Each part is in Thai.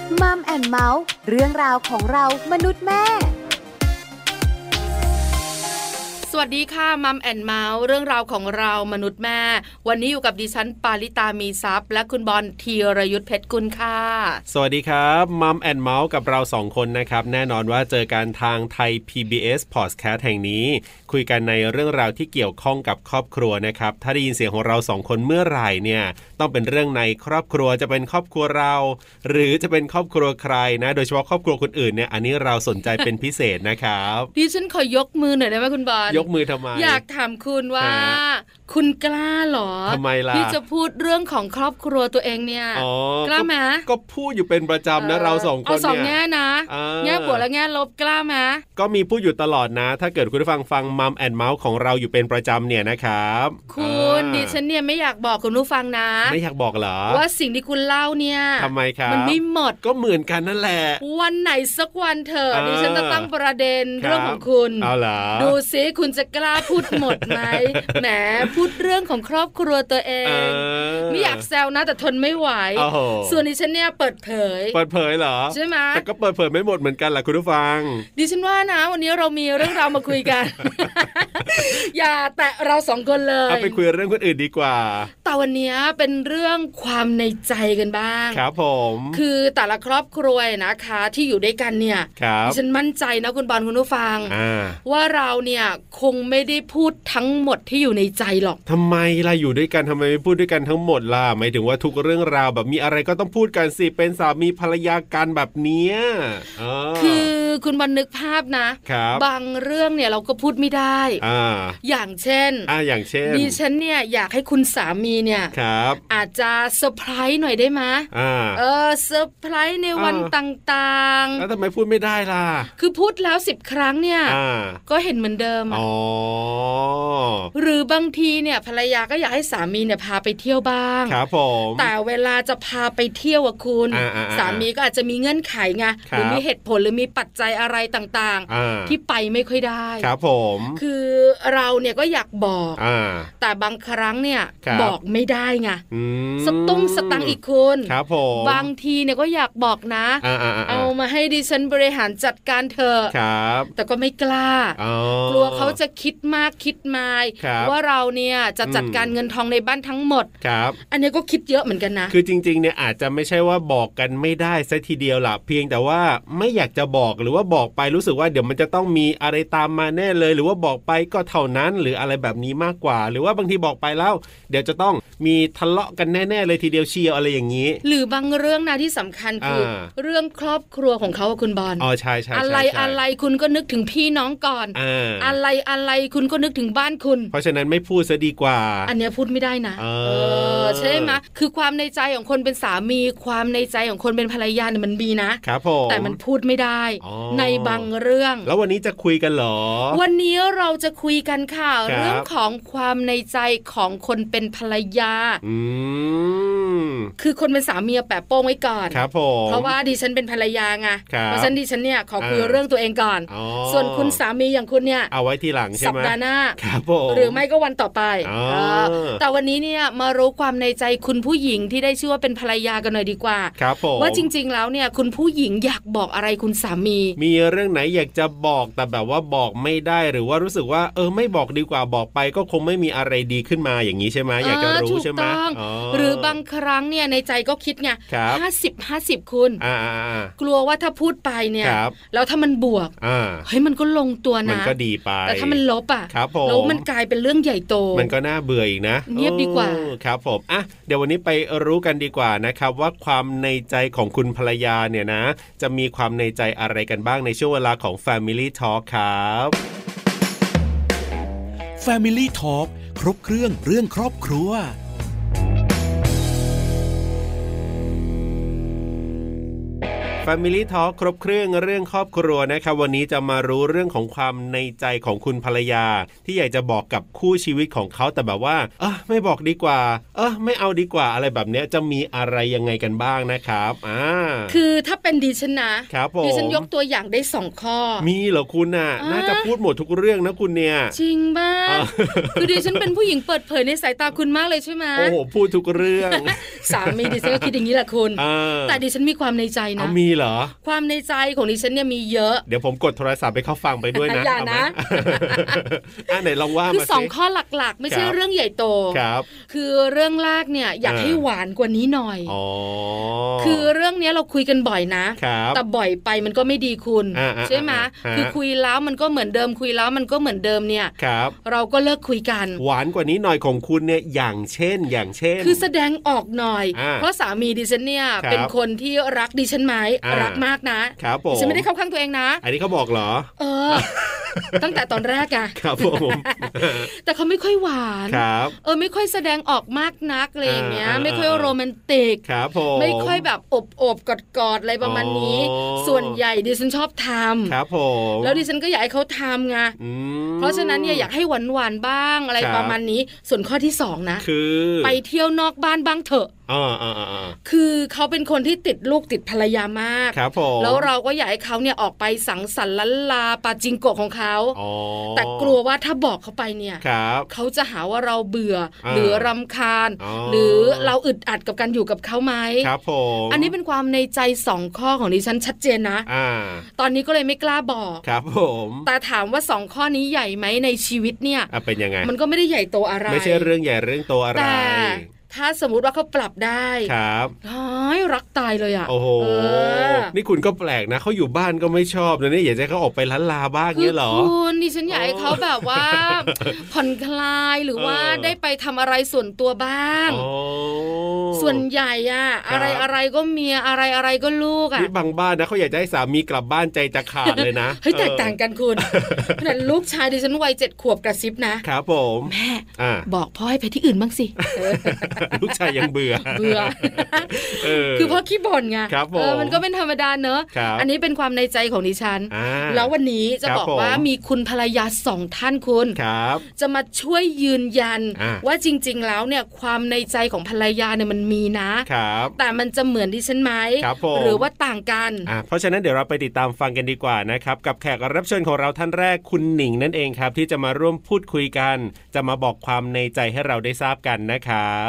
มัมแอนด์เมาส์เรื่องราวของเรามนุษย์แม่สวัสดีค่ะมัมแอนเมาส์เรื่องราวของเรามนุษย์แม่วันนี้อยู่กับดิฉันปาริตามีทรัพย์และคุณบอลธีรยุทธเพชรกุลค่ะสวัสดีครับมัมแอนเมาส์กับเรา2คนนะครับแน่นอนว่าเจอกันทางไทย PBS Podcast แห่งนี้คุยกันในเรื่องราวที่เกี่ยวข้องกับครอบครัวนะครับถ้าได้ยินเสียงของเรา2คนเมื่อไหร่เนี่ยต้องเป็นเรื่องในครอบครัวจะเป็นครอบครัวเราหรือจะเป็นครอบครัวใครนะโดยเฉพาะครอบครัวคนอื่นเนี่ยอันนี้เราสนใจเป็นพิเศษนะครับดิฉันขอยกมือหน่อยได้ไหมคุณบอลยกมือทำไมอยากถามคุณว่าคุณกล้าหรอทำไมล่ะที่จะพูดเรื่องของครอบครัวตัวเองเนี่ยกล้าไหมก็พูดอยู่เป็นประจำนะเรา2คนเนี่ยเอา2แง่นะแง่บวกและแง่ลบกล้าไหมก็มีพูดอยู่ตลอดนะถ้าเกิดคุณผู้ฟังมัมแอนเมาส์ของเราอยู่เป็นประจำเนี่ยนะครับคุณดิฉันเนี่ยไม่อยากบอกคุณผู้ฟังนะไม่อยากบอกเหรอว่าสิ่งที่คุณเล่าเนี่ยทำไมครับมันไม่หมดก็เหมือนกันนั่นแหละวันไหนสักวันเถอะดิฉันจะตั้งประเด็นเรื่องของคุณเอาเหรอดูซิคุณจะกล้าพูดหมดไหมแหมพูดเรื่องของครอบครัวตัวเองไม่อยากแซวนะแต่ทนไม่ไหวส่วนดิฉันเนี่ยเปิดเผยเหรอใช่ไหมแต่ก็เปิดเผยไม่หมดเหมือนกันแหละคุณผู้ฟังดิฉันว่านะวันนี้เรามีเรื่องราวมาคุยกัน อย่าแตะเรา2คนเลยเอาไปคุยเรื่องคนอื่นดีกว่าแต่วันนี้เป็นเรื่องความในใจกันบ้างครับผมคือแต่ละครอบครัวนะคะที่อยู่ด้วยกันเนี่ยดิฉันมั่นใจนะคุณบอลคุณผู้ฟังว่าเราเนี่ยคงไม่ได้พูดทั้งหมดที่อยู่ในใจหรอกทำไมล่ะอยู่ด้วยกันทำไมไม่พูดด้วยกันทั้งหมดล่ะหมายถึงว่าทุกเรื่องราวแบบมีอะไรก็ต้องพูดกันสิเป็นสามีภรรยากันแบบเนี้ยคือคุณบอลนึกภาพนะบางเรื่องเนี่ยเราก็พูดไม่ได้อย่างเช่นดิฉันเนี่ยอยากให้คุณสามีเนี่ยอาจจะเซอร์ไพรส์หน่อยได้ไหมเซอร์ไพรส์ในวันต่างๆแล้วทำไมพูดไม่ได้ล่ะคือพูดแล้ว10 ครั้งเนี่ยก็เห็นเหมือนเดิมหรือบางทีเนี่ยภรรยาก็อยากให้สามีเนี่ยพาไปเที่ยวบ้างครับผมแต่เวลาจะพาไปเที่ยวคุณสามีก็อาจจะมีเงื่อนไขไงหรือมีเหตุผลหรือมีปัจจัยอะไรต่างๆที่ไปไม่ค่อยได้ครับผมคือเราเนี่ยก็อยากบอกแต่บางครั้งเนี่ยบอกไม่ได้ไงสตังอีกคุณครับผมบางทีเนี่ยก็อยากบอกนะเอามาให้ดิฉันบริหารจัดการเธอแต่ก็ไม่กล้ากลัวเขาจะคิดมากคิดมายว่าเราเนี่ยจะจัดการเงินทองในบ้านทั้งหมดอันนี้ก็คิดเยอะเหมือนกันนะคือจริงๆเนี่ยอาจจะไม่ใช่ว่าบอกกันไม่ได้ซะทีเดียวล่ะเพียงแต่ว่าไม่อยากจะบอกหรือว่าบอกไปรู้สึกว่าเดี๋ยวมันจะต้องมีอะไรตามมาแน่เลยหรือว่าบอกไปก็เท่านั้นหรืออะไรแบบนี้มากกว่าหรือว่าบางทีบอกไปแล้วเดี๋ยวจะต้องมีทะเลาะกันแน่ๆเลยทีเดียวเชียวอะไรอย่างนี้หรือบางเรื่องนะที่สำคัญคือเรื่องครอบครัวของเขาคุณบอลใช่ๆอะไรคุณก็นึกถึงพี่น้องก่อนอะไรคุณก็นึกถึงบ้านคุณเพราะฉะนั้นไม่พูดซะดีกว่าอันนี้พูดไม่ได้นะใช่ไหมคือความในใจของคนเป็นสามีความในใจของคนเป็นภรรยาเนี่ยมันมีนะครับผมแต่มันพูดไม่ได้ในบางเรื่องแล้ววันนี้จะคุยกันเหรอวันนี้เราจะคุยกันค่ะเรื่องของความในใจของคนเป็นภรรยาคือคนเป็นสามีแปะโป้งไว้ก่อนครับผมเพราะว่าดิฉันเป็นภรรยาไงเพราะฉะนั้นดิฉันเนี่ยขอคุยเรื่องตัวเองก่อนส่วนคุณสามีอย่างคุณเนี่ยเอาไว้ทีหลังใช่ไหมสัปดาห์หน้าครับผมหรือไม่ก็วันต่อไปแต่วันนี้เนี่ยมารู้ความในใจคุณผู้หญิงที่ได้ชื่อว่าเป็นภรรยากันหน่อยดีกว่าครับผมว่าจริงๆแล้วเนี่ยคุณผู้หญิงอยากบอกอะไรคุณสามีมีเรื่องไหนอยากจะบอกแต่แบบว่าบอกไม่ได้หรือว่ารู้สึกว่าไม่บอกดีกว่าบอกไปก็คงไม่มีอะไรดีขึ้นมาอย่างนี้ใช่ไหมอยากจะรู้ใช่ไหมหรือบางครั้งเนี่ยในใจก็คิดไง50-50คุณกลัวว่าถ้าพูดไปเนี่ยแล้วถ้ามันบวกเฮ้ยมันก็ลงตัวนะมันก็ดีไปแต่ถ้ามันลบแล้วมันกลายเป็นเรื่องใหญ่โตมันก็น่าเบื่ออีกนะเงียบดีกว่าครับผมเดี๋ยววันนี้ไปรู้กันดีกว่านะครับว่าความในใจของคุณภรรยาเนี่ยนะจะมีความในใจอะไรกันบ้างในช่วงเวลาของ Family Talk ครับ Family Talk ครบเครื่องเรื่องครอบครัว Family Talk ครบเครื่องเรื่องครอบครัวนะครับวันนี้จะมารู้เรื่องของความในใจของคุณภรรยาที่อยากจะบอกกับคู่ชีวิตของเขาแต่แบบว่าไม่บอกดีกว่าไม่เอาดีกว่าอะไรแบบนี้จะมีอะไรยังไงกันบ้างนะครับคือถ้าเป็นดิฉันนะครับดิฉันยกตัวอย่างได้2ข้อมีเหรอคุณน่ะน่าจะพูดหมดทุกเรื่องนะคุณเนี่ยจริงบ้าคือดิฉันเป็นผู้หญิงเปิดเผยในสายตาคุณมากเลยใช่ไหมโอ้โหพูดทุกเรื่องสามีดิฉันก็คิดอย่างนี้แหละคุณแต่ดิฉันมีความในใจนะมีเหรอความในใจของดิฉันเนี่ยมีเยอะเดี๋ยวผมกดโทรศัพท์ไปเข้าฟังไปด้วยนะอย่านะไหนลองว่ามาสิคือ2ข้อหลักๆไม่ใช่เรื่องใหญ่โตคือเรื่องแรกเนี่ยอยากให้หวานกว่านี้หน่อยคือเรื่องนี้เราคุยกันบ่อยนะแต่บ่อยไปมันก็ไม่ดีคุณใช่ไหมคือคุยแล้วมันก็เหมือนเดิมคุยแล้วมันก็เหมือนเดิมเนี่ยเราก็เลิกคุยกันหวานกว่านี้หน่อยของคุณเนี่ยอย่างเช่นคือแสดงออกหน่อยเพราะสามีดิฉันเนี่ยเป็นคนที่รักดิฉันไหมรักมากนะดิฉันไม่ได้เข้าข้างตัวเองนะอันนี้เขาบอกเหรอตั้งแต่ตอนแรกอะครับผมแต่เขาไม่ค่อยหวานไม่ค่อยแสดงออกมากนักอะไรอย่างเงี้ยไม่ค่อยโรแมนติกไม่ค่อยแบบอบกอดอะไรประมาณนี้ส่วนใหญ่ดิฉันชอบทำครับผมแล้วดิฉันก็อยากให้เขาทำไงเพราะฉะนั้นเนี่ยอยากให้หวานบ้างอะไรประมาณนี้ส่วนข้อที่2นะคือไปเที่ยวนอกบ้านบ้างเถอะคือเขาเป็นคนที่ติดลูกติดภรรยามากแล้วเราก็อยากให้เขาเนี่ยออกไปสังสรรค์ล้านลาปาจิงโกะของเขาแต่กลัวว่าถ้าบอกเขาไปเนี่ยเขาจะหาว่าเราเบื่อหรือรำคาญหรือเราอึดอัดกับการอยู่กับเขาไหมอันนี้เป็นความในใจ2ข้อของดิฉันชัดเจนนะตอนนี้ก็เลยไม่กล้าบอกครับผมแต่ถามว่า2ข้อนี้ใหญ่ไหมในชีวิตเนี่ยเป็นยังไงมันก็ไม่ได้ใหญ่โตอะไรไม่ใช่เรื่องใหญ่เรื่องโตอะไรถ้าสมมุติว่าเขาปรับได้ครับรักตายเลยอ่ะโอ้โหนี่คุณก็แปลกนะเขาอยู่บ้านก็ไม่ชอบนะนี่อยากจะเขาออกไปล้านลาบ้างเนี่ยหรอคุณดิฉันอยากให้เขาแบบว่าผ่อนคลายหรือว่าได้ไปทำอะไรส่วนตัวบ้างส่วนใหญ่อะอะไรก็เมียอะไรก็ลูกอะนี่บางบ้านนะเขาอยากจะให้สามีกลับบ้านใจจะขาดเลยนะเฮ้ยแตกต่างกันคุณขนาดลูกชายดิฉันวัย7 ขวบกระซิบนะครับผมแม่บอกพ่อให้ไปที่อื่นบ้างสิลูกชายยังเบื่อคือพ่อขี้บ่นไงมันก็เป็นธรรมดาเนอะอันนี้เป็นความในใจของดิฉันแล้ววันนี้จะบอกว่ามีคุณภรรยา2 ท่านคุณจะมาช่วยยืนยันว่าจริงๆแล้วเนี่ยความในใจของภรรยาเนี่ยมันมีนะแต่มันจะเหมือนดิฉันไหมหรือว่าต่างกันเพราะฉะนั้นเดี๋ยวเราไปติดตามฟังกันดีกว่านะครับกับแขกรับเชิญของเราท่านแรกคุณหนิงนั่นเองครับที่จะมาร่วมพูดคุยกันจะมาบอกความในใจให้เราได้ทราบกันนะครับ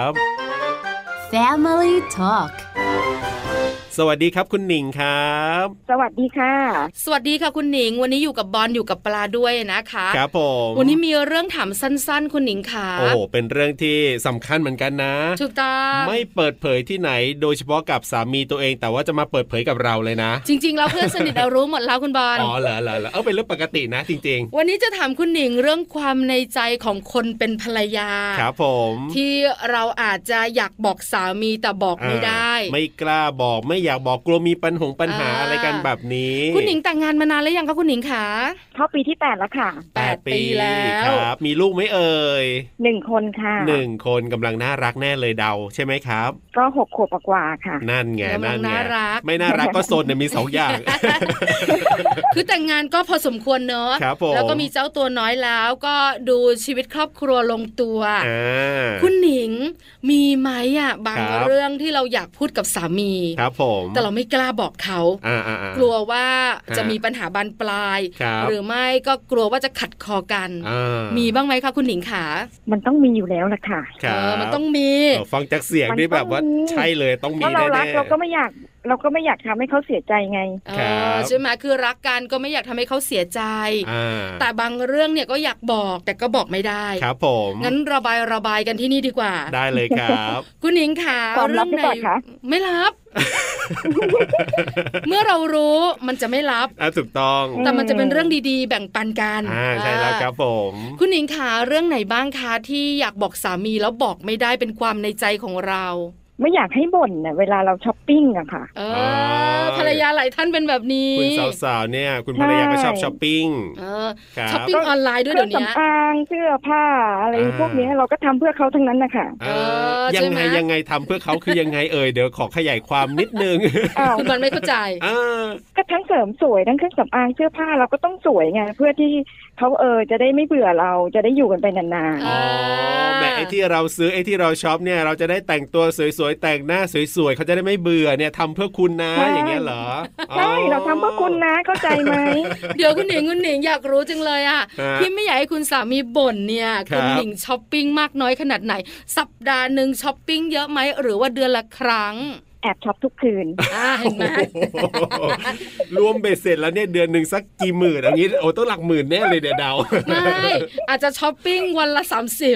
Family Talk สวัสดีครับคุณหนิงครับสวัสดีค่ะสวัสดีค่ะคุณหนิงวันนี้อยู่กับบอลอยู่กับปลาด้วยนะคะครับผมวันนี้มีเรื่องถามสั้นๆคุณหนิงค่ะโอ้เป็นเรื่องที่สำคัญเหมือนกันนะถูกต้องไม่เปิดเผยที่ไหนโดยเฉพาะกับสามีตัวเองแต่ว่าจะมาเปิดเผยกับเราเลยนะจริงๆแล้วเพื่อนสนิทเรารู้หมดแล้วคุณบอลอ๋อเหรอเป็นเรื่องปกตินะจริงๆวันนี้จะถามคุณหนิงเรื่องความในใจของคนเป็นภรรยาครับผมที่เราอาจจะอยากบอกสามีแต่บอกไม่ได้ไม่กล้าบอกไม่อยากบอกกลัวมีปัญหาอะไรกันแบบนี้คุณหนิงแต่งงานมานานแล้วยังคะคุณหนิงคะเข้าปีที่8แล้วค่ะ 8 ปีแล้วครับมีลูกไหมเอ่ย 1 คนค่ะ 1 คนกำลังน่ารักแน่เลยเดาใช่ไหมครับก็6 ขวบกว่าค่ะนั่นไงไม่น่ารักก็โซนเนี่ยมี2 อย่างคือแต่งงานก็พอสมควรเนอะแล้วก็มีเจ้าตัวน้อยแล้วก็ดูชีวิตครอบครัวลงตัวคุณหนิงมีไหมอ่ะบางเรื่องที่เราอยากพูดกับสามีครับผมแต่เราไม่กล้าบอกเขากลัวว่าจะมีปัญหาบานปลายหรือไม่ก็กลัวว่าจะขัดคอกันมีบ้างไหมคะคุณหนิงขามันต้องมีอยู่แล้วแหละค่ะมันต้องมีฟังจากเสียงนี่แบบว่าใช่เลยต้องมีแน่ๆเรารักเราก็ไม่อยากทำให้เขาเสียใจไงใช่ไหมคือรักกันก็ไม่อยากทำให้เขาเสียใจแต่บางเรื่องเนี่ยก็อยากบอกแต่ก็บอกไม่ได้ครับผมงั้นระบายกันที่นี่ดีกว่าได้เลยครับคุณหนิงขาเรื่องไหนไม่รับเมื่อเรารู้มันจะไม่รับถูกต้องแต่มันจะเป็นเรื่องดีๆแบ่งปันกันใช่แล้วครับผมคุณหนิงขาเรื่องไหนบ้างคะที่อยากบอกสามีแล้วบอกไม่ได้เป็นความในใจของเราไม่อยากให้บ่นน่ะเวลาเราช้อปปิ้งอะค่ะภรรยาหลายท่านเป็นแบบนี้คุณสาวๆเนี่ยคุณภรรยาก็ชอบช้อปปิ้งช้อปปิ้งออนไลน์ด้วยเดี๋ยวนี้เครื่องสำอางเสื้อผ้าอะไรพวกนี้เราก็ทำเพื่อเขาทั้งนั้นนะคะยังไงทำเพื่อเขาคือยังไงเดี๋ยวขอขยายความนิดนึงคุณมันไม่เข้าใจก็ทั้งเสริมสวยทั้งเครื่องสำอางเสื้อผ้าเราก็ต้องสวยไงเพื่อที่เขาจะได้ไม่เบื่อเราจะได้อยู่กันไปนานๆแบบไอ้ที่เราซื้อไอ้ที่เราช็อปเนี่ยเราจะได้แต่งตัวสวยๆแต่งหน้าสวยๆเขาจะได้ไม่เบื่อเนี่ยทำเพื่อคุณนะอย่างเงี้ยเหรอใช่เราทำเพื่อคุณนะเข้าใจไหมเดี๋ยวคุณหนิงอยากรู้จังเลยอ่ะพี่ไม่อยากให้คุณสามีบ่นเนี่ยคุณหนิงช้อปปิ้งมากน้อยขนาดไหนสัปดาห์นึงช้อปปิ้งเยอะไหมหรือว่าเดือนละครั้งแอบช็อปทุกคืนเห็นไหมรวมเบ็ดเสร็จแล้วเนี่ยเดือนนึงสักกี่หมื่นอย่างนี้ต้องหลักหมื่นแน่เลยเดี๋ยวเดาไม่อาจจะช้อปปิ้งวันละ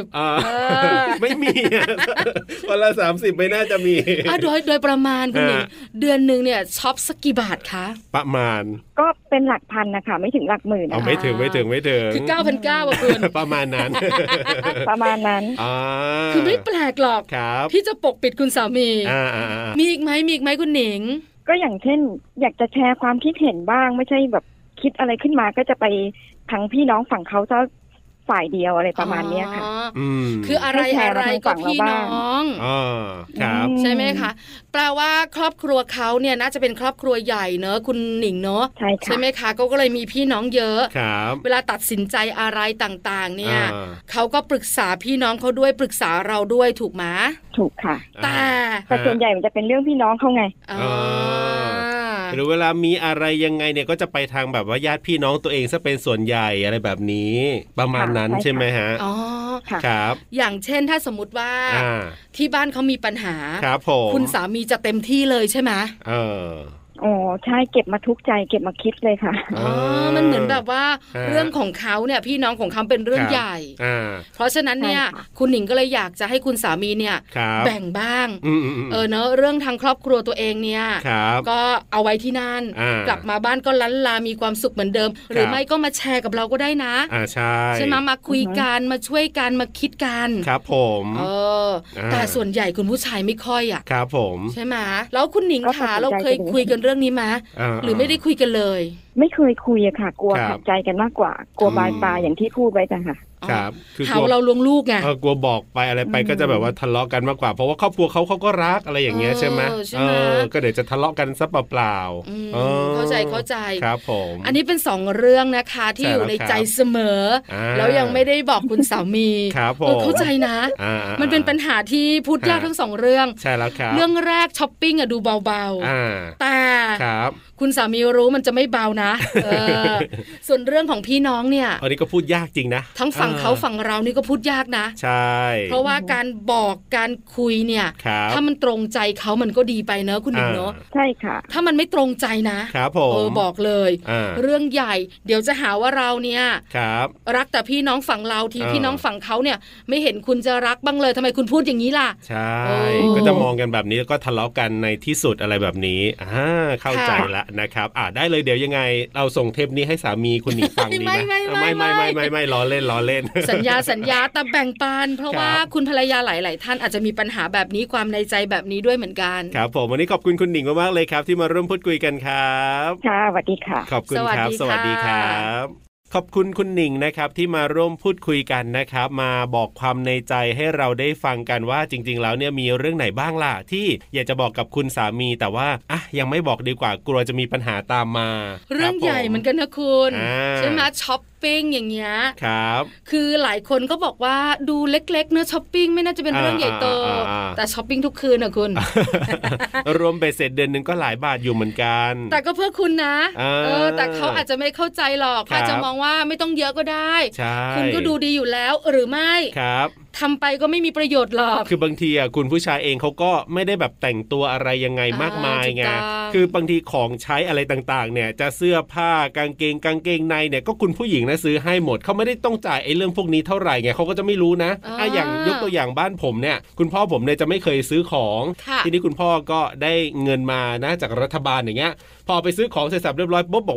30 ไม่มีวันละ30ไม่น่าจะมีโดยประมาณคุณหนิงเดือนนึงเนี่ยช็อปสักกี่บาทคะประมาณก็เป็นหลักพันนะคะไม่ถึงหลักหมื่นนะคะไม่ถึงคือ 9,900 ว่ะคุณประมาณนั้นประมาณนั้นคือไม่แปลกหรอกที่จะปกปิดคุณสามีมีอีกไหมคุณหนิงก็อย่างเช่นอยากจะแชร์ความคิดเห็นบ้างไม่ใช่แบบคิดอะไรขึ้นมาก็จะไปทั้งพี่น้องฝั่งเขาซะฝ่ายเดียวอะไรประมาณนี้ค่ะคืออะไรก็พี่น้องครับใช่ไหมคะแปลว่าครอบครัวเขาเนี่ยน่าจะเป็นครอบครัวใหญ่เนอะคุณหนิงเนอะใช่ไหมคะก็เลยมีพี่น้องเยอะเวลาตัดสินใจอะไรต่างๆเนี่ยเขาก็ปรึกษาพี่น้องเขาด้วยปรึกษาเราด้วยถูกไหมถูกค่ะแต่ส่วนใหญ่มันจะเป็นเรื่องพี่น้องเขาไงหรือเวลามีอะไรยังไงเนี่ยก็จะไปทางแบบว่าญาติพี่น้องตัวเองซะเป็นส่วนใหญ่อะไรแบบนี้ประมาณนั้นใช่ไหมฮะอ๋อครับอย่างเช่นถ้าสมมติว่าที่บ้านเขามีปัญหาครับผมคุณสามีจะเต็มที่เลยใช่ไหมอ๋อใช่เก็บมาทุกใจเก็บมาคิดเลยค่ะมันเหมือนแบบว่าเรื่องของเขาเนี่ยพี่น้องของเขาเป็นเรื่องใหญ่เพราะฉะนั้นเนี่ยคุณหนิงก็เลยอยากจะให้คุณสามีเนี่ยแบ่งบ้างเนอะเรื่องทางครอบครัวตัวเองเนี่ยก็เอาไว้ที่นั่นกลับมาบ้านก็ลั้นลามีความสุขเหมือนเดิมหรือไม่ก็มาแชร์กับเราก็ได้นะใช่ไหมมาคุยกันมาช่วยกันมาคิดกันครับผมแต่ส่วนใหญ่คุณผู้ชายไม่ค่อยอ่ะครับผมใช่ไหมแล้วคุณหนิงขาเราเคยคุยกันเรื่องนี้ไหมหรือไม่ได้คุยกันเลยไม่เคยคุยอะค่ะกลัวขัดใจกันมากกว่ากลัวบานปลายอย่างที่พูดไว้จ้ะค่ะครับคือเราลวงลูกไงกลัวบอกไปอะไรไปก็จะแบบว่าทะเลาะกันมากกว่าเพราะว่าครอบครัวเขาก็รักอะไรอย่างเงี้ยใช่ไหมก็เดี๋ยวจะทะเลาะกันซะเปล่าเข้าใจครับผมอันนี้เป็น2เรื่องนะคะที่อยู่ในใจเสมอแล้วยังไม่ได้บอกคุณสามีเข้าใจนะมันเป็นปัญหาที่พูดยากทั้ง2เรื่องใช่แล้วครับเรื่องแรกช้อปปิ้งอะดูเบาๆแต่คุณสามีรู้มันจะไม่เบานะส่วนเรื่องของพี่น้องเนี่ยอันนี้ก็พูดยากจริงนะทั้งฝั่งเขาฝั่งเรานี่ก็พูดยากนะใช่เพราะว่าการบอกการคุยเนี่ยถ้ามันตรงใจเขามันก็ดีไปเนอะคุณหนิงเนอะใช่ค่ะถ้ามันไม่ตรงใจนะครับผมบอกเลยเรื่องใหญ่เดี๋ยวจะหาว่าเราเนี่ยรักแต่พี่น้องฝั่งเราทีพี่น้องฝั่งเขาเนี่ยไม่เห็นคุณจะรักบ้างเลยทำไมคุณพูดอย่างนี้ล่ะใช่ก็จะมองกันแบบนี้แล้วก็ทะเลาะกันในที่สุดอะไรแบบนี้เข้าใจละนะครับได้เลยเดี๋ยวยังไงเราส่งเทปนี้ให้สามีคุณหนิงฟังดีไหมไม่ล้อเล่นสัญญาแต่แบ่งปันเพราะว่าคุณภรรยาหลายๆท่านอาจจะมีปัญหาแบบนี้ความในใจแบบนี้ด้วยเหมือนกันครับผมวันนี้ขอบคุณคุณหนิงมากๆเลยครับที่มาร่วมพูดคุยกันครับค่ะสวัสดีค่ะขอบคุณครับสวัสดีครับขอบคุณคุณหนิงนะครับที่มาร่วมพูดคุยกันนะครับมาบอกความในใจให้เราได้ฟังกันว่าจริงๆแล้วเนี่ยมีเรื่องไหนบ้างล่ะที่อยากจะบอกกับคุณสามีแต่ว่ายังไม่บอกดีกว่ากลัวจะมีปัญหาตามมาเรื่องใหญ่เหมือนกันนะคุณใช่ไหมช็อปปิ้งอย่างเงี้ยครับคือหลายคนก็บอกว่าดูเล็กๆเนื้อช้อปปิ้งไม่น่าจะเป็นเรื่องใหญ่โตแต่ช้อปปิ้งทุกคืนนะคุณรวมไปเสร็จเดือนนึงก็หลายบาทอยู่เหมือนกันแต่ก็เพื่อคุณนะแต่เขาอาจจะไม่เข้าใจหรอกอาจจะมองว่าไม่ต้องเยอะก็ได้คุณก็ดูดีอยู่แล้วหรือไม่ครับทำไปก็ไม่มีประโยชน์หรอกคือบางทีคุณผู้ชายเองเขาก็ไม่ได้แบบแต่งตัวอะไรยังไงมากมายไงคือบางทีของใช้อะไรต่างๆเนี่ยจะเสื้อผ้ากางเกงในเนี่ยก็คุณผู้หญิงนะซื้อให้หมดเขาไม่ได้ต้องจ่ายไอ้เรื่องพวกนี้เท่าไหร่ไงเขาก็จะไม่รู้นะอย่างยกตัวอย่างบ้านผมเนี่ยคุณพ่อผมเนี่ยจะไม่เคยซื้อของทีนี้คุณพ่อก็ได้เงินมานะจากรัฐบาลอย่างเงี้ยพอไปซื้อของเสร็จสับเรียบร้อยปุ๊บบอกว่า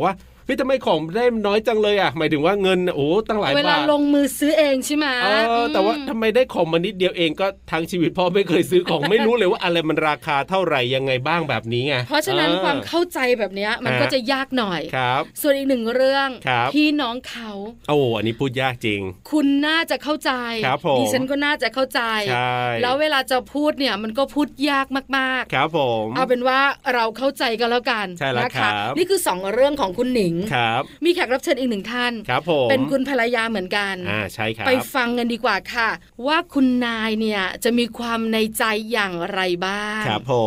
พี่ทำไมของได้น้อยจังเลยอ่ะหมายถึงว่าเงินโอ้ตั้งหลายบาทเวลาลงมือซื้อเองใช่ไหมแต่ว่าทำไมได้ของมานิดเดียวเองก็ทั้งชีวิตพ่อไม่เคยซื้อของ ไม่รู้เลยว่าอะไรมันราคาเท่าไหร่ยังไงบ้างแบบนี้ไงเพราะฉะนั้นความเข้าใจแบบนี้มันก็จะยากหน่อยครับส่วนอีกหนึ่งเรื่องพี่น้องเขาอันนี้พูดยากจริงคุณน่าจะเข้าใจดิฉันก็น่าจะเข้าใจแล้วเวลาจะพูดเนี่ยมันก็พูดยากมากๆครับผมเอาเป็นว่าเราเข้าใจกันแล้วกันนะคะนี่คือ2เรื่องของคุณหนิงครับมีแขกรับเชิญอีก1ท่านครับผมเป็นคุณภรรยาเหมือนกันใช่ครับไปฟังกันดีกว่าค่ะว่าคุณนายเนี่ยจะมีความในใจอย่างไรบ้างครับผม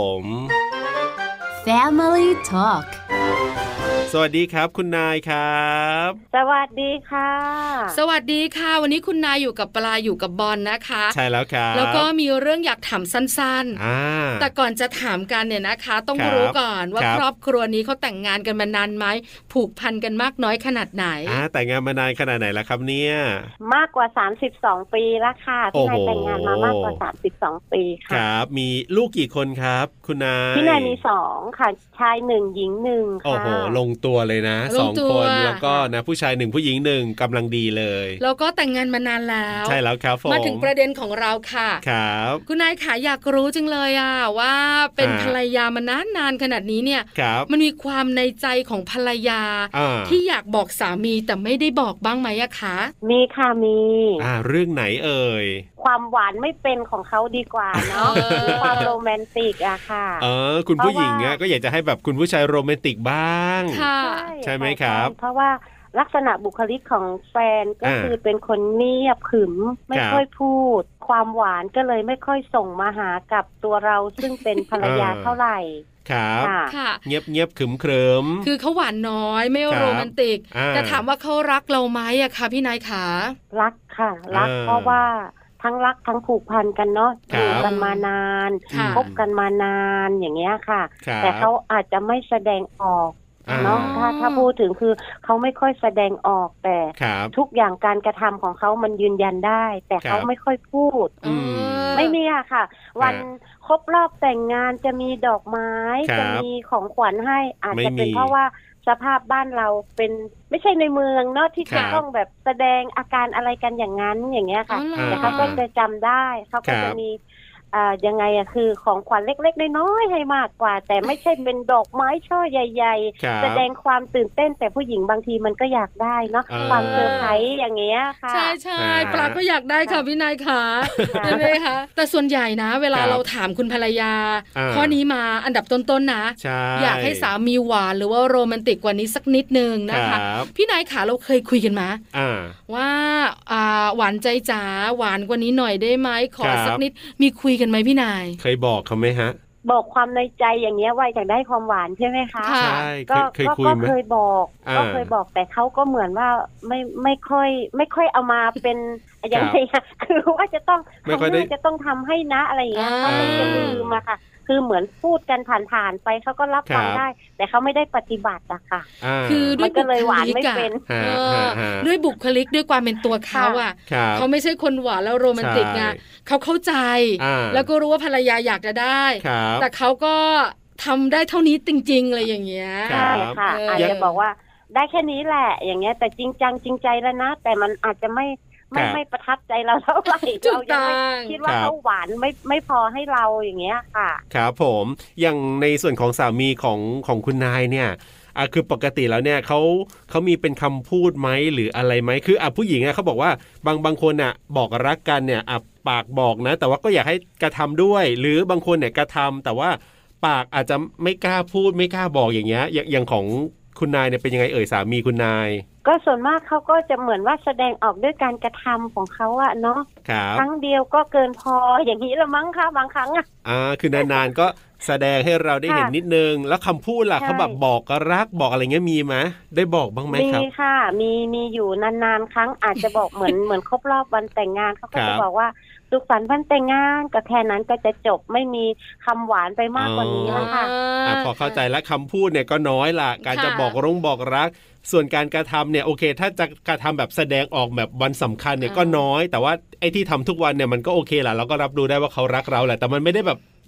Family Talk สวัสดีครับคุณนายครับสวัสดีค่ะสวัสดีค่ะวันนี้คุณนายอยู่กับปลาอยู่กับบอลนะคะใช่แล้วครับแล้วก็มีเรื่องอยากถามสั้นๆแต่ก่อนจะถามกันเนี่ยนะคะต้องรู้ก่อนว่าครอบครัวนี้เขาแต่งงานกันมานานไหมผูกพันกันมากน้อยขนาดไหนแต่งงานมานานขนาดไหนแล้วครับเนี่ยมากกว่า32ปีแล้วค่ะพี่นายแต่งงานมามากกว่า32ปีค่ะครับมีลูกกี่คนครับคุณนายพี่นายมี2ค่ะชาย1หญิง1ค่ะโอ้โหลงตัวเลยนะ2คนแล้วก็นะผู้ชาย1ผู้หญิง1กำลังดีเลยแล้วก็แต่งงานมานานแล้วใช่แล้วครับมาถึงประเด็นของเราค่ะครับคุณนายขาอยากรู้จังเลยว่าเป็นภรรยามานานขนาดนี้เนี่ยมันมีความในใจของภรรยาที่อยากบอกสามีแต่ไม่ได้บอกบ้างไหมอะคะมีค่ะมีเรื่องไหนเอ่ยความหวานไม่เป็นของเขาดีกว่าเนาะความโรแมนติกอะค่ะคุณผู้หญิงก็อยากจะให้แบบคุณผู้ชายโรแมนติกบ้างใช่ไหมครับเพราะว่าลักษณะบุคลิกของแฟนก็คือเป็นคนเงียบขรึมไม่ค่อยพูดความหวานก็เลยไม่ค่อยส่งมาหากับตัวเราซึ่งเป็นภรรยาเท่าไหร่ครับเงียบขรึมคือเขาหวานน้อยไม่โรแมนติกแต่ถามว่าเขารักเราไหมอะคะพี่นายขารักค่ะรักเพราะว่าทั้งรักทั้งผูกพันกันเนาะอยู่กันมานานคบกันมานานอย่างเงี้ยค่ะแต่เขาอาจจะไม่แสดงออกเนาะถ้าพูดถึงคือเขาไม่ค่อยแสดงออกแต่ทุกอย่างการกระทำของเขามันยืนยันได้แต่เขาไม่ค่อยพูดไม่มีอะค่ะวันครบรอบแต่งงานจะมีดอกไม้จะมีของขวัญให้อาจจะเป็นเพราะว่าสภาพบ้านเราเป็นไม่ใช่ในเมืองเนาะที่จะต้องแบบแสดงอาการอะไรกันอย่างนั้นอย่างเงี้ยค่ะแต่เขาก็จะจำได้เขาก็จะมียังไงอะคือของขวัญเล็กๆน้อยๆให้มากกว่าแต่ไม่ใช่เป็นดอกไม้ช่อใหญ่ๆแสดงความตื่นเต้นแต่ผู้หญิงบางทีมันก็อยากได้เนาะความเซอร์ไพรส์อย่างเงี้ยค่ะใช่ๆปลาก็อยากได้ค่ะพี่นายค่ะใช่ไหมคะแต่ส่วนใหญ่นะเวลาเราถามคุณภรรยาข้อนี้มาอันดับต้นๆนะอยากให้สามีหวานหรือว่าโรแมนติกกว่านี้สักนิดนึงนะคะพี่นายขาเราเคยคุยกันมาว่าหวานใจจ๋าหวานกว่านี้หน่อยได้ไหมขอสักนิดมีคุยกันไหมพี่นายเคยบอกเขาไหมฮะบอกความในใจอย่างเงี้ยว่าอยากได้ความหวานใช่ไหมคะใช่เคยคุยไหมเคยบอกแต่เขาก็เหมือนว่าไม่ค่อยเอามาเป็นอย่างไรคือว่าจะต้องจะต้องทำให้นะอะไรอย่างเงี้ยเขาจะลืมอะค่ะคือเหมือนพูดกันผ่านๆไปเขาก็รับฟังได้แต่เขาไม่ได้ปฏิบัติอะค่ะคือด้วยบุคลิกไม่เป็นด้วยบุคลิกด้วยความเป็นตัวเขาอะเขาไม่ใช่คนหวานแล้วโรแมนติกไงเขาเข้าใจแล้วก็รู้ว่าภรรยาอยากจะได้แต่เขาก็ทำได้เท่านี้จริงๆอะไรอย่างเงี้ยใช่ค่ะอาจจะบอกว่าได้แค่นี้แหละอย่างเงี้ยแต่จริงจังจริงใจแล้วนะแต่มันอาจจะไม่ประทับใจเราเท่าไหร่เรายังไม่คิดว่าเขาหวานไม่พอให้เราอย่างเงี้ยค่ะครับผมอย่างในส่วนของสามีของคุณนายเนี่ยคือปกติแล้วเนี่ยเขามีเป็นคำพูดไหมหรืออะไรไหมคือผู้หญิงเขาบอกว่าบางคนบอกรักกันเนี่ยปากบอกนะแต่ว่าก็อยากให้กระทำด้วยหรือบางคนเนี่ยกระทำแต่ว่าปากอาจจะไม่กล้าพูดไม่กล้าบอกอย่างเงี้ยอย่างของคุณนายเนี่ยเป็นยังไงสามีคุณนายก็ส่วนมากเขาก็จะเหมือนว่าแสดงออกด้วยการกระทำของเขาอะเนาะครั้งเดียวก็เกินพออย่างนี้ละมั้งค่ะบางครั้งคือนานๆก็แสดงให้เราได้เห็นนิดนึงแล้วคำพูดล่ะเขาแบบบอกรักบอกอะไรเงี้ยมีไหมได้บอกบ้างไหมครับมีค่ะมีอยู่นานๆครั้งอาจจะบอกเหมือนครบรอบวันแต่งงานเขาก็จะบอกว่าสุขสันต์วันแต่งงานก็แค่นั้นก็จะจบไม่มีคำหวานไปมากกว่านี้แล้วค่ะพอเข้าใจแล้วคำพูดเนี่ยก็น้อยล่ะการจะบอกรักส่วนการกระทำเนี่ยโอเคถ้าจะกระทำแบบแสดงออกแบบวันสำคัญเนี่ยก็น้อยแต่ว่าไอ้ที่ทำทุกวันเนี่ยมันก็โอเคแหละเราก็รับรู้ได้ว่าเขารักเราแหละแต่มันไม่ได้แบบเ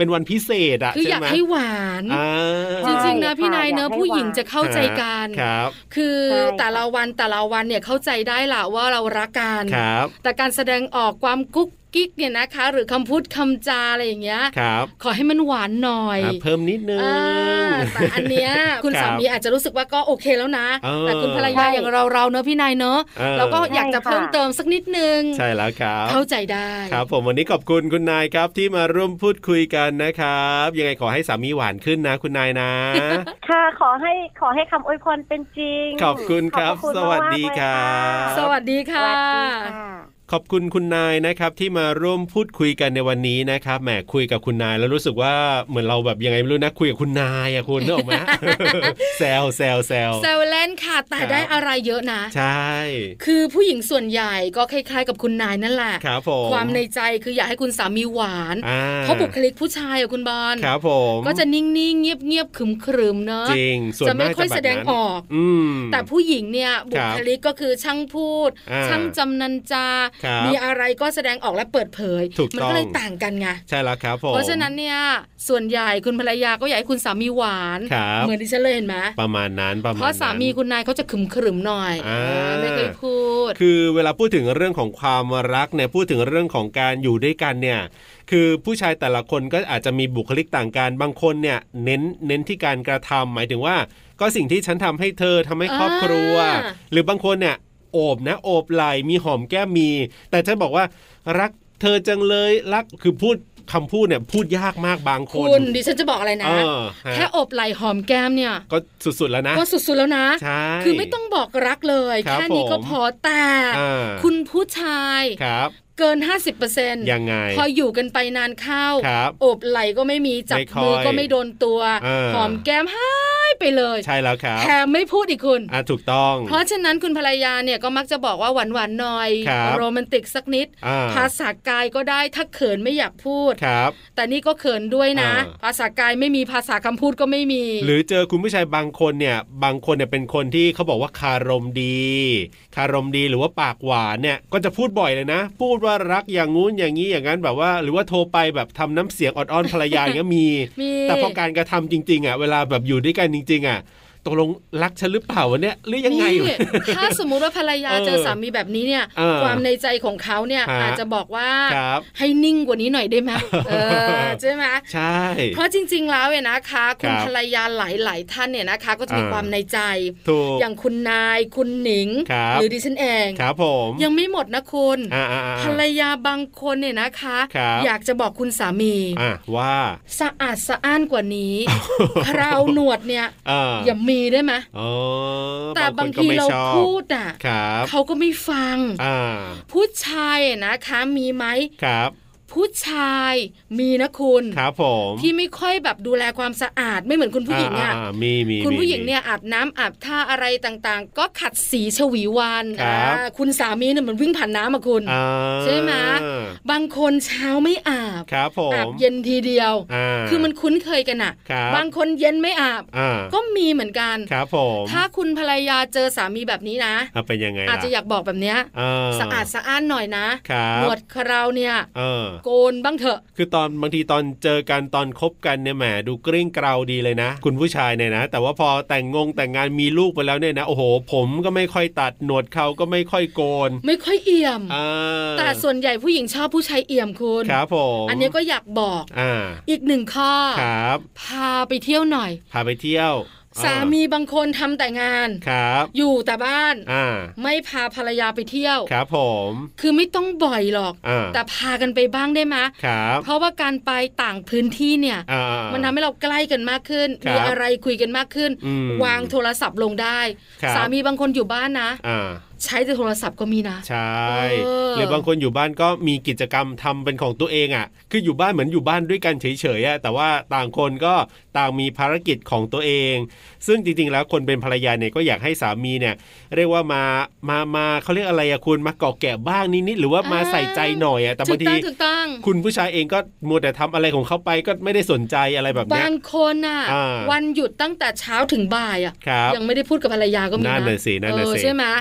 เป็นวันพิเศษอ่ะคืออยากให้หวานจริงๆนะพี่นายเนอะผู้หญิงจะเข้าใจกันคือแต่ละวันเนี่ยเข้าใจได้ล่ะว่าเรารักกันแต่การแสดงออกความกุ๊กกิ๊กเนี่ยนะคะหรือคำพูดคำจาอะไรอย่างเงี้ยขอให้มันหวานหน่อยเพิ่มนิดนึงแต่อันเนี้ยคุณสามีอาจจะรู้สึกว่าก็โอเคแล้วนะแต่คุณภรรยาอย่างเราเนอะพี่นายเนอะเราก็อยากจะเพิ่มเติมสักนิดนึงใช่แล้วครับเข้าใจได้ครับผมวันนี้ขอบคุณคุณนายครับที่มาร่วมพูดคุยกันนะครับยังไงขอให้สามีหวานขึ้นนะคุณนายนะค่ะขอให้คำอวยพรเป็นจริงขอบคุณครับสวัสดีครับสวัสดีค่ะขอบคุณคุณนายนะครับที่มาร่วมพูดคุยกันในวันนี้นะครับแหมคุยกับคุณนายแล้วรู้สึกว่าเหมือนเราแบบยังไงไม่รู้นะคุยกับคุณนายอะคุณนึกออกไหม แซวเล่นค่ะแต่ได้อะไรเยอะนะใช่คือผู้หญิงส่วนใหญ่ก็คล้ายๆกับคุณนายนั่นแหละครับผมความในใจคืออยากให้คุณสามีหวานเพราะบุคลิกผู้ชายอะคุณบอลครับผมก็จะนิ่งๆเงียบๆขรึมๆเนอะจริงจะไม่ค่อยแสดงออกแต่ผู้หญิงเนี่ยบุคลิกก็คือช่างพูดช่างจำนันจามีอะไรก็แสดงออกและเปิดเผยมันก็เลยต่างกันไงใช่แล้วครับผมเพราะฉะนั้นเนี่ยส่วนใหญ่คุณภรรยาก็อยากให้คุณสามีหวานเหมือนที่ฉันเลยเห็นไหมประมาณนั้นเพราะสามีคุณนายเขาจะขรึมๆหน่อยไม่เคยพูดคือเวลาพูดถึงเรื่องของความรักเนี่ยพูดถึงเรื่องของการอยู่ด้วยกันเนี่ยคือผู้ชายแต่ละคนก็อาจจะมีบุคลิกต่างกันบางคนเนี่ยเน้นที่การกระทำหมายถึงว่าก็สิ่งที่ฉันทำให้เธอทำให้ครอบครัวหรือบางคนเนี่ยโอบนะโอบไหล่มีหอมแก้มมีแต่ฉันบอกว่ารักเธอจังเลยรักคือพูดคำพูดเนี่ยพูดยากมากบางคนคุณดิฉันจะบอกอะไรนะแค่โอบไหล่หอมแก้มเนี่ยก็สุดๆแล้วนะก็สุดๆแล้วนะคือไม่ต้องบอกรักเลยแค่นี้ก็พอแต่คุณผู้ชายเกิน 50% ยังไงพออยู่กันไปนานเข้าโอบไหล่ก็ไม่มีจับมือก็ไม่โดนตัวหอมแก้มหายไปเลยใช่แล้วครับแถมไม่พูดอีกคุณถูกต้องเพราะฉะนั้นคุณภรรยาเนี่ยก็มักจะบอกว่าหวานๆหน่อยโรแมนติกสักนิดภาษากายก็ได้ถ้าเขินไม่อยากพูดแต่นี่ก็เขินด้วยนะภาษากายไม่มีภาษาคำพูดก็ไม่มีหรือเจอคุณผู้ชายบางคนเนี่ยเป็นคนที่เขาบอกว่าคารมดีหรือว่าปากหวานเนี่ยก็จะพูดบ่อยเลยนะพูดว่ารักอย่างงู้นอย่างนี้อย่างนั้นแบบว่าหรือว่าโทรไปแบบทำน้ำเสียงออดๆภรรยาอย่างเงี้ยมีแต่พอการกระทำจริงๆอ่ะเวลาแบบอยู่ด้วยกันจริงๆอ่ะตกลงรักฉันหรือเปล่าวะเนี่ยหรือยังไงถ้าสมมุติว่าภรรยาเจอสามีแบบนี้เนี่ยความในใจของเขาเนี่ยอาจจะบอกว่าให้นิ่งกว่านี้หน่อยได้ไหมใช่ไหมใช่เพราะจริงๆแล้วเนี่ยนะคะคุณภรรยาหลายๆท่านเนี่ยนะคะก็จะมีความในใจอย่างคุณนายคุณหนิงหรือดิฉันเองครับผมยังไม่หมดนะคุณภรรยาบางคนเนี่ยนะคะอยากจะบอกคุณสามีว่าสะอาดสะอ้านกว่านี้คราวหนวดเนี่ยอย่ามีได้ไหมแต่บางทีเราพูดอ่ะเขาก็ไม่ฟังผู้ชายนะคะมีไหมผู้ชายมีนะคุณครับผมที่ไม่ค่อยแบบดูแลความสะอาดไม่เหมือนคุณผู้หญิงอ่ะมีคุณผู้หญิงเนี่ยอาบน้ำอาบท่าอะไรต่างๆก็ขัดสีฉวีวันคุณสามีเนี่ยมันวิ่งผ่านน้ำมาคุณใช่ไหมบางคนเช้าไม่อาบอาบเย็นทีเดียวคือมันคุ้นเคยกันอ่ะบางคนเย็นไม่อาบก็มีเหมือนกันครับผมถ้าคุณภรรยาเจอสามีแบบนี้นะเป็นยังไงอาจจะอยากบอกแบบเนี้ยสะอาดสะอ้านหน่อยนะหนวดเคราเนี่ยโกนบ้างเถอะคือบางทีตอนเจอกันตอนคบกันเนี่ยแหมดูกริ้งเกราดีเลยนะคุณผู้ชายเนี่ยนะแต่ว่าพอแต่งงานมีลูกไปแล้วเนี่ยนะโอ้โหผมก็ไม่ค่อยตัดหนวดเขาก็ไม่ค่อยโกนไม่ค่อยเอี่ยมแต่ส่วนใหญ่ผู้หญิงชอบผู้ชายเอี่ยมคุณครับผมอันนี้ก็อยากบอกอีกหนึ่งข้อครับพาไปเที่ยวหน่อยพาไปเที่ยวสามีบางคนทำแต่งานอยู่แต่บ้านไม่พาภรรยาไปเที่ยวครับผมคือไม่ต้องบ่อยหรอกแต่พากันไปบ้างได้ไหมเพราะว่าการไปต่างพื้นที่เนี่ยมันทำให้เราใกล้กันมากขึ้นมีอะไรคุยกันมากขึ้นวางโทรศัพท์ลงได้สามีบางคนอยู่บ้านนะใช้แต่โทรศัพท์ก็มีนะใช่หรือบางคนอยู่บ้านก็มีกิจกรรมทำเป็นของตัวเองอ่ะคืออยู่บ้านเหมือนอยู่บ้านด้วยกันเฉยๆอ่ะแต่ว่าต่างคนก็ต่างมีภารกิจของตัวเองซึ่งจริงๆแล้วคนเป็นภรรยาเนี่ยก็อยากให้สามีเนี่ยเรียกว่ามาเขาเรียกอะไรอะคุณมาเกาะแกะบ้างนิดๆหรือว่ามาใส่ใจหน่อยอะแต่บางทีคุณผู้ชายเองก็มัวแต่ทำอะไรของเขาไปก็ไม่ได้สนใจอะไรแบบนี้บางคนอ่ะวันหยุดตั้งแต่เช้าถึงบ่ายอ่ะยังไม่ได้พูดกับภรรยาก็มีนะนั่นเลยสิใช่ไหม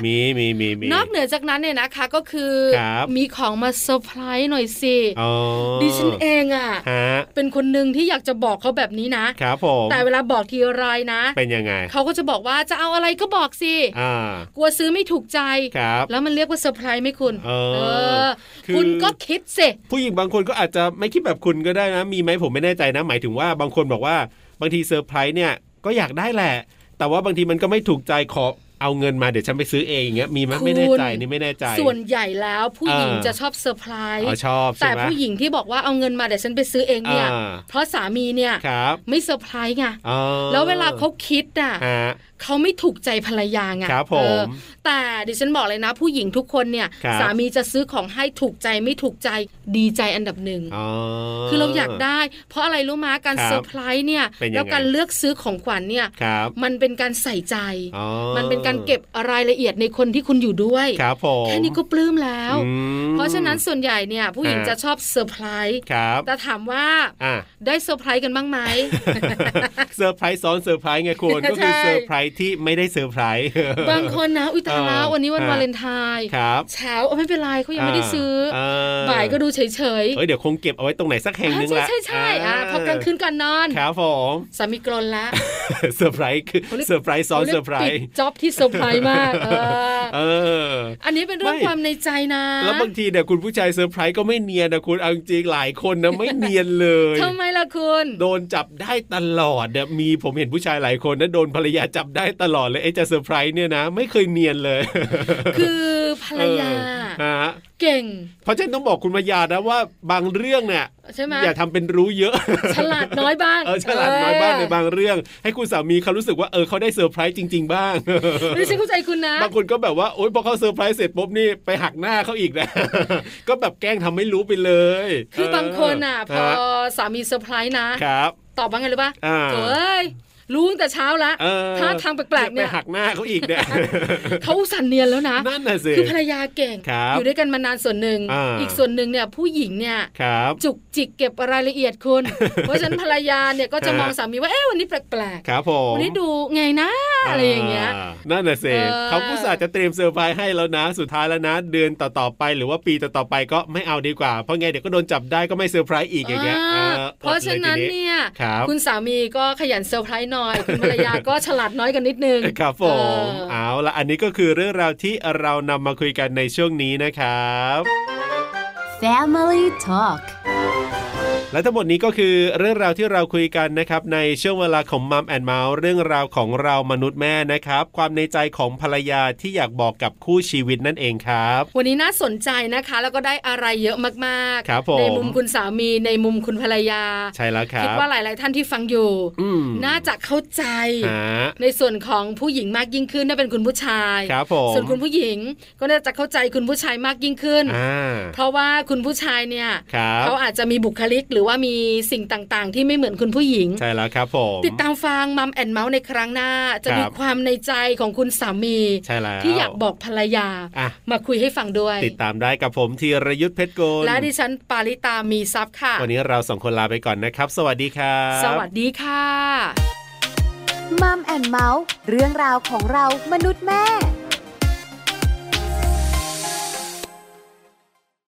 นอกเหนือจากนั้นเนี่ยนะคะก็คือมีของมาเซอร์ไพรส์หน่อยสิดิฉันเองอ่ะเป็นคนนึงที่อยากจะบอกเขาแบบนี้นะครับผมแต่เวลาบอกทีไรนะเป็นยังไงเขาก็จะบอกว่าจะเอาอะไรก็บอกสิกลัวซื้อไม่ถูกใจแล้วมันเรียกว่าเซอร์ไพรส์ไหมคุณคุณก็คิดสิผู้หญิงบางคนก็อาจจะไม่คิดแบบคุณก็ได้นะมีไหมผมไม่แน่ใจนะหมายถึงว่าบางคนบอกว่าบางทีเซอร์ไพรส์เนี่ยก็อยากได้แหละแต่ว่าบางทีมันก็ไม่ถูกใจขอเอาเงินมาเดี๋ยวฉันไปซื้อเองอย่างเงี้ยมีมั้ยไม่แน่ใจนี่ไม่แน่ใจส่วนใหญ่แล้วผู้หญิงจะชอบเซอร์ไพรส์ชอบแต่ผู้หญิงที่บอกว่าเอาเงินมาเดี๋ยวฉันไปซื้อเองเนี่ยเพราะสามีเนี่ยไม่เซอร์ไพรส์ไงแล้วเวลาเขาคิดอ่ะเขาไม่ถูกใจภรรยาไงแต่ดิฉันบอกเลยนะผู้หญิงทุกคนเนี่ยสามีจะซื้อของให้ถูกใจไม่ถูกใจดีใจอันดับหนึ่งคือเราอยากได้เพราะอะไรรู้มั้ยการเซอร์ไพรส์เนี่ยแล้วการเลือกซื้อของขวัญเนี่ยมันเป็นการใส่ใจมันเป็นการเก็บรายละเอียดในคนที่คุณอยู่ด้วยแค่นี้ก็ปลื้มแล้วเพราะฉะนั้นส่วนใหญ่เนี่ยผู้หญิงจะชอบเซอร์ไพรส์แต่ถามว่าได้เซอร์ไพรส์กันบ้างไหมเซอร์ไพรส์ซ้อนเซอร์ไพรส์ไงคุณก็คือเซอร์ไพรส์ที่ไม่ได้เซอร์ไพรส์บางคนนะตายแล้ววันนี้วันวาเลนไทน์เช้าไม่เป็นไรเขายังไม่ได้ซื้อบ่ายก็ดูเฉยๆเดี๋ยวคงเก็บเอาไว้ตรงไหนสักแห่งนึงละใช่พอกลางคืนก่อนนอนครับผมสามีกรนละเซอร์ไพรส์คือเซอร์ไพรส์ซ้อนเซอร์ไพรส์จ็อบที่เซอร์ไพรส์มากอันนี้เป็นเรื่องความในใจนะแล้วบางทีเนี่ยคุณผู้ชายเซอร์ไพรส์ก็ไม่เนียนนะคุณเอาจริงหลายคนนะไม่เนียนเลยทำไมล่ะคุณโดนจับได้ตลอดเนี่ยมีผมเห็นผู้ชายหลายคนนะโดนภรรยาจับได้ตลอดเลยจะเซอร์ไพรส์เนี่ยนะไม่เคยเนียนเลยคือภรรยาเก่งเพราะฉะนั้นต้องบอกคุณภรรยานะว่าบางเรื่องเนี่ยอย่าทำเป็นรู้เยอะฉลาดน้อยบ้างฉลาดน้อยบ้างในบางเรื่องให้คุณสามีเขารู้สึกว่าเขาได้เซอร์ไพรส์จริงๆบ้างไม่ใช่เข้าใจคุณนะบางคนก็แบบว่าโอ๊ยพอเขาเซอร์ไพรส์เสร็จปุ๊บนี่ไปหักหน้าเขาอีกนะก็แบบแกล้งทำไม่รู้ไปเลยคือบางคนอ่ะพอสามีเซอร์ไพรส์นะครับตอบว่าไงหรือเปล่าเฮ้ยรู้ตั้งแต่เช้าละถ้าทางแปลกๆเนี่ยไปหักหน้าเขาอีกเนี่ยเขาสั่นเนียนแล้วนะนั่นน่ะสิคือภรรยาเก่งอยู่ด้วยกันมานานส่วนหนึ่งอีกส่วนหนึ่งเนี่ยผู้หญิงเนี่ยจุกจิกเก็บรายละเอียดคุณเพราะฉะนั้นภรรยาเนี่ยก็จะมองสามีว่าวันนี้แปลกๆครับผมวันนี้ดูไงนะอะไรอย่างเงี้ยนั่นน่ะสิเขาผู้สาจะเตรียมเซอร์ไพรส์ให้แล้วนะสุดท้ายแล้วนะเดือนต่อๆไปหรือว่าปีต่อๆไปก็ไม่เอาดีกว่าเพราะไงเดี๋ยวก็โดนจับได้ก็ไม่เซอร์ไพรส์อีกอย่างเงี้ยเพราะฉะนั้นเนี่ยคุณสามีก็ขยันเซอร์ไพรส์หน่อยคุณภรรยาก็ฉลาดน้อยกันนิดนึงครับผมเอาละอันนี้ก็คือเรื่องราวที่เรานำมาคุยกันในช่วงนี้นะครับ Family Talk และทั้งหมดนี้ก็คือเรื่องราวที่เราคุยกันนะครับในช่วงเวลาของมัมแอนด์เมาส์เรื่องราวของเรามนุษย์แม่นะครับความในใจของภรรยาที่อยากบอกกับคู่ชีวิตนั่นเองครับวันนี้น่าสนใจนะคะแล้วก็ได้อะไรเยอะมากๆในมุมคุณสามีในมุมคุณภรรยาใช่แล้วครับคิดว่าหลายๆท่านที่ฟังอยู่น่าจะเข้าใจในส่วนของผู้หญิงมากยิ่งขึ้นถ้าเป็นคุณผู้ชายส่วนคุณผู้หญิงก็น่าจะเข้าใจคุณผู้ชายมากยิ่งขึ้นเพราะว่าคุณผู้ชายเนี่ยเขาอาจจะมีบุคลิกหรือว่ามีสิ่งต่างๆที่ไม่เหมือนคุณผู้หญิงใช่แล้วครับผมติดตามฟังมัมแอนด์เมาส์ในครั้งหน้าจะมีความในใจของคุณสามีที่อยากบอกภรรยามาคุยให้ฟังด้วยติดตามได้กับผมธีรยุทธเพชรกุลและดิฉันปาริตามีทรัพย์ค่ะวันนี้เราสองคนลาไปก่อนนะครับสวัสดีครับสวัสดีค่ะมัมแอนด์เมาส์เรื่องราวของเรามนุษย์แม่